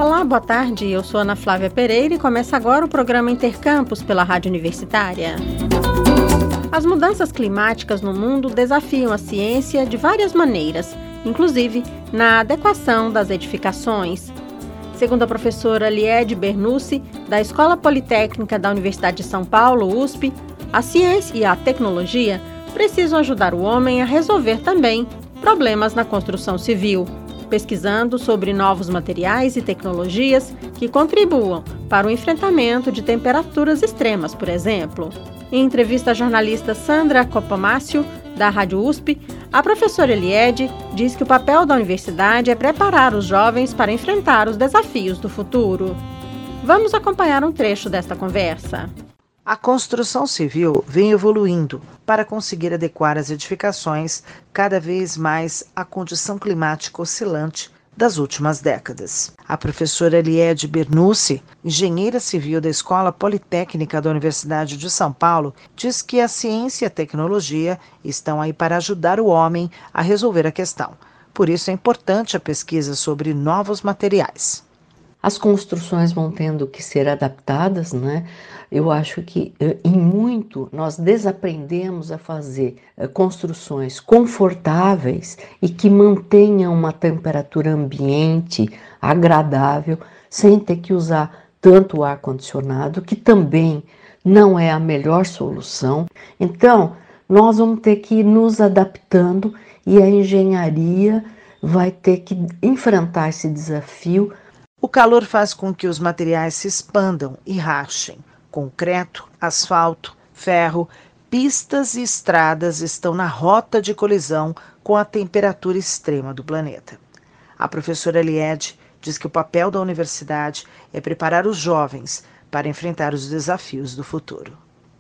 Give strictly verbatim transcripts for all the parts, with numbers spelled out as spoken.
Olá, boa tarde. Eu sou Ana Flávia Pereira e começa agora o programa Intercampus pela Rádio Universitária. As mudanças climáticas no mundo desafiam a ciência de várias maneiras, inclusive na adequação das edificações. Segundo a professora Liede Bernucci, da Escola Politécnica da Universidade de São Paulo, U S P, a ciência e a tecnologia precisam ajudar o homem a resolver também problemas na construção civil, pesquisando sobre novos materiais e tecnologias que contribuam para o enfrentamento de temperaturas extremas, por exemplo. Em entrevista à jornalista Sandra Copamácio, da Rádio U S P, a professora Liede diz que o papel da universidade é preparar os jovens para enfrentar os desafios do futuro. Vamos acompanhar um trecho desta conversa. A construção civil vem evoluindo para conseguir adequar as edificações cada vez mais à condição climática oscilante das últimas décadas. A professora Liede Bernucci, engenheira civil da Escola Politécnica da Universidade de São Paulo, diz que a ciência e a tecnologia estão aí para ajudar o homem a resolver a questão. Por isso é importante a pesquisa sobre novos materiais. As construções vão tendo que ser adaptadas, né? Eu acho que, em muito, nós desaprendemos a fazer construções confortáveis e que mantenham uma temperatura ambiente agradável, sem ter que usar tanto o ar-condicionado, que também não é a melhor solução. Então, nós vamos ter que ir nos adaptando e a engenharia vai ter que enfrentar esse desafio. O calor faz com que os materiais se expandam e rachem. Concreto, asfalto, ferro, pistas e estradas estão na rota de colisão com a temperatura extrema do planeta. A professora Liede diz que o papel da universidade é preparar os jovens para enfrentar os desafios do futuro.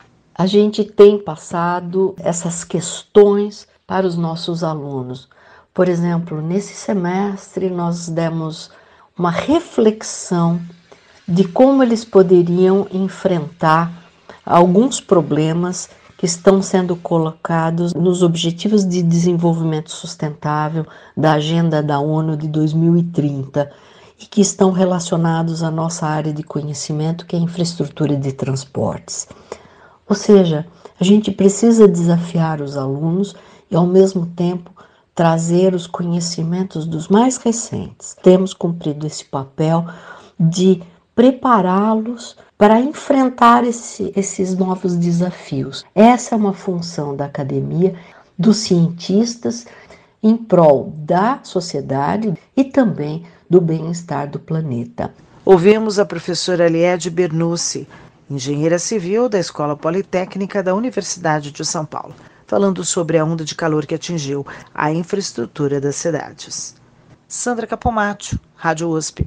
A gente tem passado essas questões para os nossos alunos. Por exemplo, nesse semestre nós demos uma reflexão de como eles poderiam enfrentar alguns problemas que estão sendo colocados nos Objetivos de Desenvolvimento Sustentável da Agenda da ONU de dois mil e trinta e que estão relacionados à nossa área de conhecimento, que é a infraestrutura de transportes. Ou seja, a gente precisa desafiar os alunos e, ao mesmo tempo, trazer os conhecimentos dos mais recentes. Temos cumprido esse papel de prepará-los para enfrentar esse, esses novos desafios. Essa é uma função da academia, dos cientistas, em prol da sociedade e também do bem-estar do planeta. Ouvimos a professora Liede Bernucci, engenheira civil da Escola Politécnica da Universidade de São Paulo, falando sobre a onda de calor que atingiu a infraestrutura das cidades. Sandra Capomatto, Rádio U S P.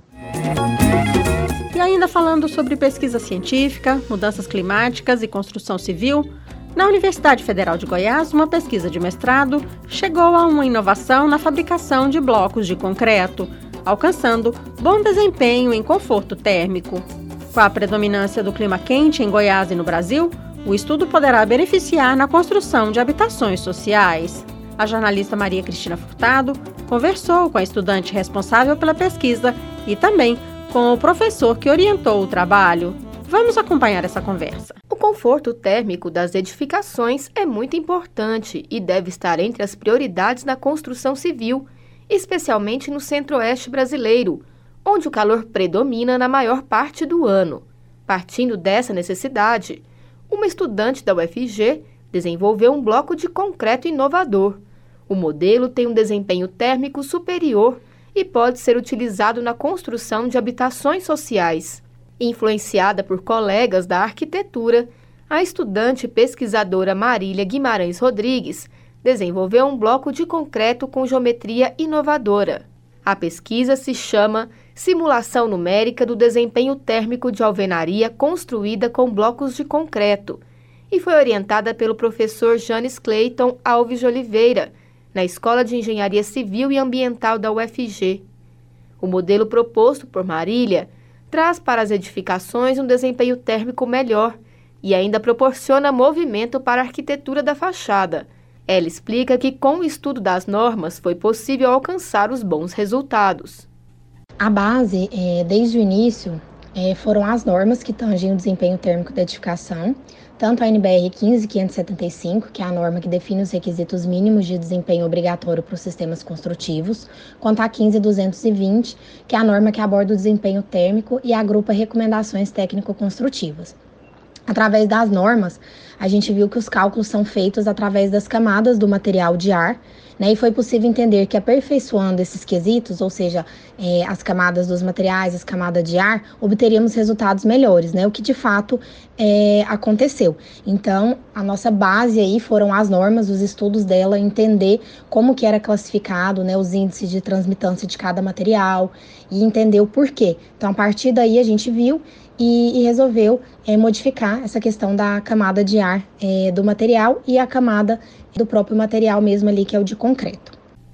E ainda falando sobre pesquisa científica, mudanças climáticas e construção civil, na Universidade Federal de Goiás, uma pesquisa de mestrado chegou a uma inovação na fabricação de blocos de concreto, alcançando bom desempenho em conforto térmico. Com a predominância do clima quente em Goiás e no Brasil, o estudo poderá beneficiar na construção de habitações sociais. A jornalista Maria Cristina Furtado conversou com a estudante responsável pela pesquisa e também com o professor que orientou o trabalho. Vamos acompanhar essa conversa. O conforto térmico das edificações é muito importante e deve estar entre as prioridades na construção civil, especialmente no centro-oeste brasileiro, onde o calor predomina na maior parte do ano. Partindo dessa necessidade, uma estudante da U F G desenvolveu um bloco de concreto inovador. O modelo tem um desempenho térmico superior e pode ser utilizado na construção de habitações sociais. Influenciada por colegas da arquitetura, a estudante pesquisadora Marília Guimarães Rodrigues desenvolveu um bloco de concreto com geometria inovadora. A pesquisa se chama Simulação Numérica do Desempenho Térmico de Alvenaria Construída com Blocos de Concreto e foi orientada pelo professor Janes Clayton Alves de Oliveira, na Escola de Engenharia Civil e Ambiental da U F G. O modelo proposto por Marília traz para as edificações um desempenho térmico melhor e ainda proporciona movimento para a arquitetura da fachada. Ela explica que com o estudo das normas foi possível alcançar os bons resultados. A base, é, desde o início, é, foram as normas que tangem o desempenho térmico da edificação, tanto a N B R quinze mil quinhentos e setenta e cinco, que é a norma que define os requisitos mínimos de desempenho obrigatório para os sistemas construtivos, quanto a quinze mil duzentos e vinte, que é a norma que aborda o desempenho térmico e agrupa recomendações técnico-construtivas. Através das normas, a gente viu que os cálculos são feitos através das camadas do material de ar, né, e foi possível entender que aperfeiçoando esses quesitos, ou seja, é, as camadas dos materiais, as camadas de ar, obteríamos resultados melhores, né, o que de fato é, aconteceu. Então, a nossa base aí foram as normas, os estudos dela, entender como que era classificado, né, os índices de transmitância de cada material e entender o porquê. Então, a partir daí a gente viu E, e resolveu é, modificar essa questão da camada de ar é, do material e a camada do próprio material mesmo ali, que é o de concreto.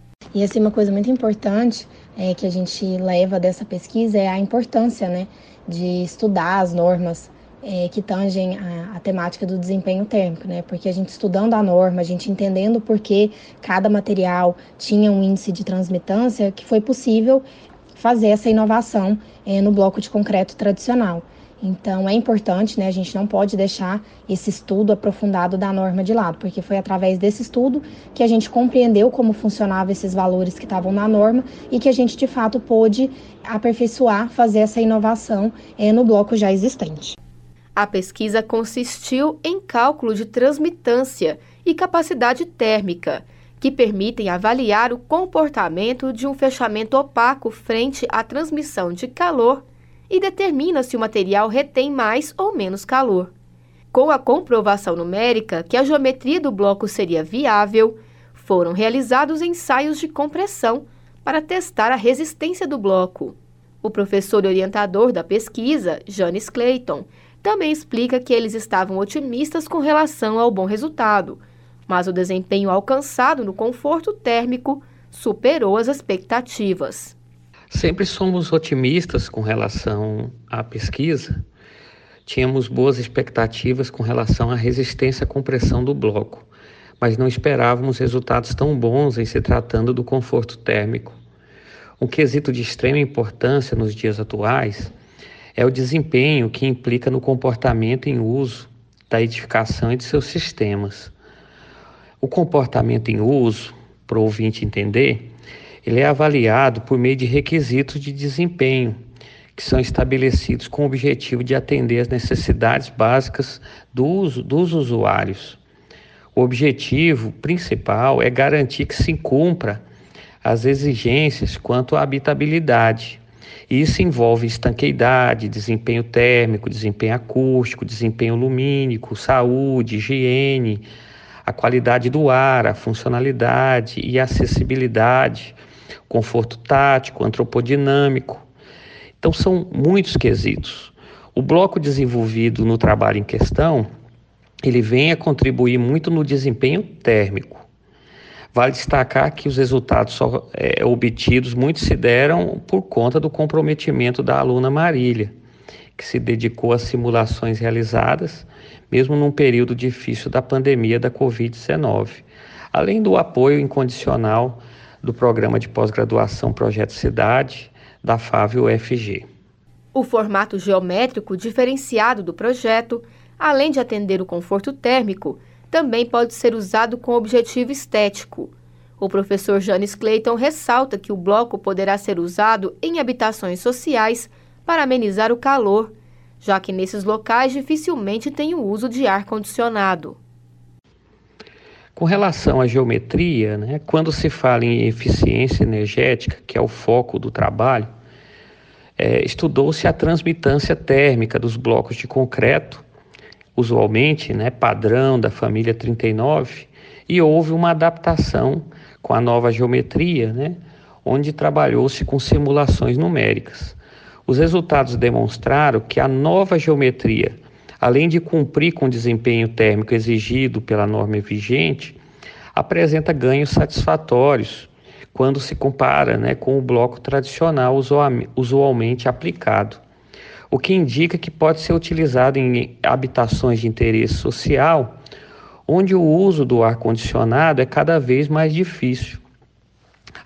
E assim, uma coisa muito importante é, que a gente leva dessa pesquisa é a importância, né, de estudar as normas é, que tangem a, a temática do desempenho térmico, né, porque a gente estudando a norma, a gente entendendo por que cada material tinha um índice de transmitância, que foi possível fazer essa inovação é, no bloco de concreto tradicional. Então, é importante, né, a gente não pode deixar esse estudo aprofundado da norma de lado, porque foi através desse estudo que a gente compreendeu como funcionavam esses valores que estavam na norma e que a gente, de fato, pôde aperfeiçoar, fazer essa inovação é, no bloco já existente. A pesquisa consistiu em cálculo de transmitância e capacidade térmica, que permitem avaliar o comportamento de um fechamento opaco frente à transmissão de calor e determina se o material retém mais ou menos calor. Com a comprovação numérica que a geometria do bloco seria viável, foram realizados ensaios de compressão para testar a resistência do bloco. O professor orientador da pesquisa, Janis Clayton, também explica que eles estavam otimistas com relação ao bom resultado, mas o desempenho alcançado no conforto térmico superou as expectativas. Sempre somos otimistas com relação à pesquisa. Tínhamos boas expectativas com relação à resistência à compressão do bloco, mas não esperávamos resultados tão bons em se tratando do conforto térmico. Um quesito de extrema importância nos dias atuais é o desempenho que implica no comportamento em uso da edificação e de seus sistemas. O comportamento em uso, para o ouvinte entender, ele é avaliado por meio de requisitos de desempenho, que são estabelecidos com o objetivo de atender às necessidades básicas do uso, dos usuários. O objetivo principal é garantir que se cumpra as exigências quanto à habitabilidade. E isso envolve estanqueidade, desempenho térmico, desempenho acústico, desempenho lumínico, saúde, higiene, a qualidade do ar, a funcionalidade e a acessibilidade, conforto tático, antropodinâmico. Então, são muitos quesitos. O bloco desenvolvido no trabalho em questão, ele vem a contribuir muito no desempenho térmico. Vale destacar que os resultados só, é, obtidos muito se deram por conta do comprometimento da aluna Marília, que se dedicou às simulações realizadas, mesmo num período difícil da pandemia da covid dezenove, além do apoio incondicional do Programa de Pós-Graduação Projeto Cidade, da F A V e U F G. O formato geométrico diferenciado do projeto, além de atender o conforto térmico, também pode ser usado com objetivo estético. O professor Janis Clayton ressalta que o bloco poderá ser usado em habitações sociais para amenizar o calor, já que nesses locais dificilmente tem o uso de ar-condicionado. Com relação à geometria, né, quando se fala em eficiência energética, que é o foco do trabalho, é, estudou-se a transmitância térmica dos blocos de concreto, usualmente, né, padrão da família trinta e nove, e houve uma adaptação com a nova geometria, né, onde trabalhou-se com simulações numéricas. Os resultados demonstraram que a nova geometria, além de cumprir com o desempenho térmico exigido pela norma vigente, apresenta ganhos satisfatórios quando se compara, né, com o bloco tradicional usualmente aplicado, o que indica que pode ser utilizado em habitações de interesse social, onde o uso do ar-condicionado é cada vez mais difícil.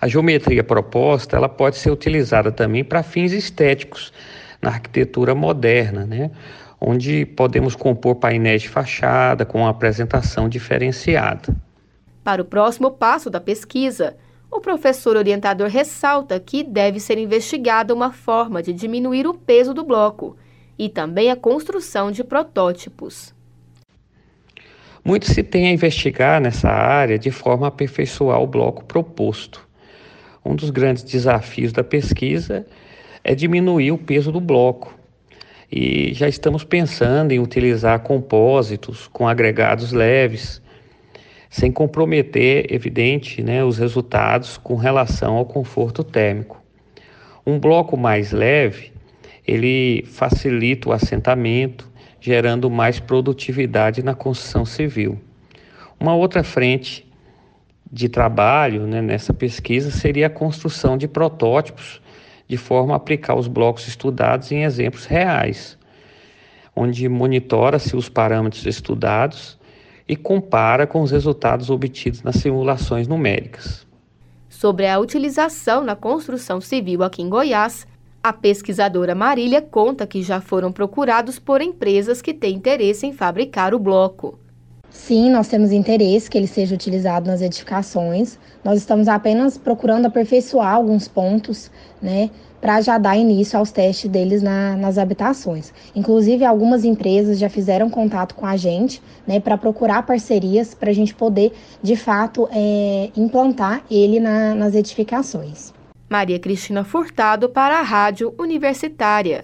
A geometria proposta ela pode ser utilizada também para fins estéticos na arquitetura moderna, né? Onde podemos compor painéis de fachada com uma apresentação diferenciada. Para o próximo passo da pesquisa, o professor orientador ressalta que deve ser investigada uma forma de diminuir o peso do bloco e também a construção de protótipos. Muito se tem a investigar nessa área de forma a aperfeiçoar o bloco proposto. Um dos grandes desafios da pesquisa é diminuir o peso do bloco. E já estamos pensando em utilizar compósitos com agregados leves, sem comprometer, evidente, né, os resultados com relação ao conforto térmico. Um bloco mais leve, ele facilita o assentamento, gerando mais produtividade na construção civil. Uma outra frente de trabalho, né, nessa pesquisa seria a construção de protótipos, de forma a aplicar os blocos estudados em exemplos reais, onde monitora-se os parâmetros estudados e compara com os resultados obtidos nas simulações numéricas. Sobre a utilização na construção civil aqui em Goiás, a pesquisadora Marília conta que já foram procurados por empresas que têm interesse em fabricar o bloco. Sim, nós temos interesse que ele seja utilizado nas edificações. Nós estamos apenas procurando aperfeiçoar alguns pontos, né, para já dar início aos testes deles na, nas habitações. Inclusive, algumas empresas já fizeram contato com a gente, né, para procurar parcerias para a gente poder, de fato, é, implantar ele na, nas edificações. Maria Cristina Furtado para a Rádio Universitária.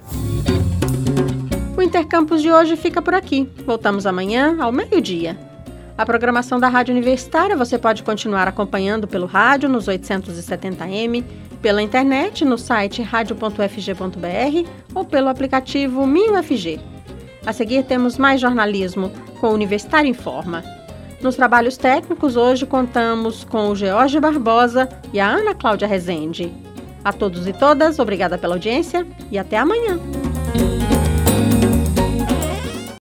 O Intercampus de hoje fica por aqui. Voltamos amanhã ao meio-dia. A programação da Rádio Universitária você pode continuar acompanhando pelo rádio nos oitocentos e setenta eme, pela internet no site radio ponto f g ponto b r ou pelo aplicativo Minho F G. A seguir temos mais jornalismo com o Universitário Informa. Nos trabalhos técnicos hoje contamos com o George Barbosa e a Ana Cláudia Rezende. A todos e todas, obrigada pela audiência e até amanhã.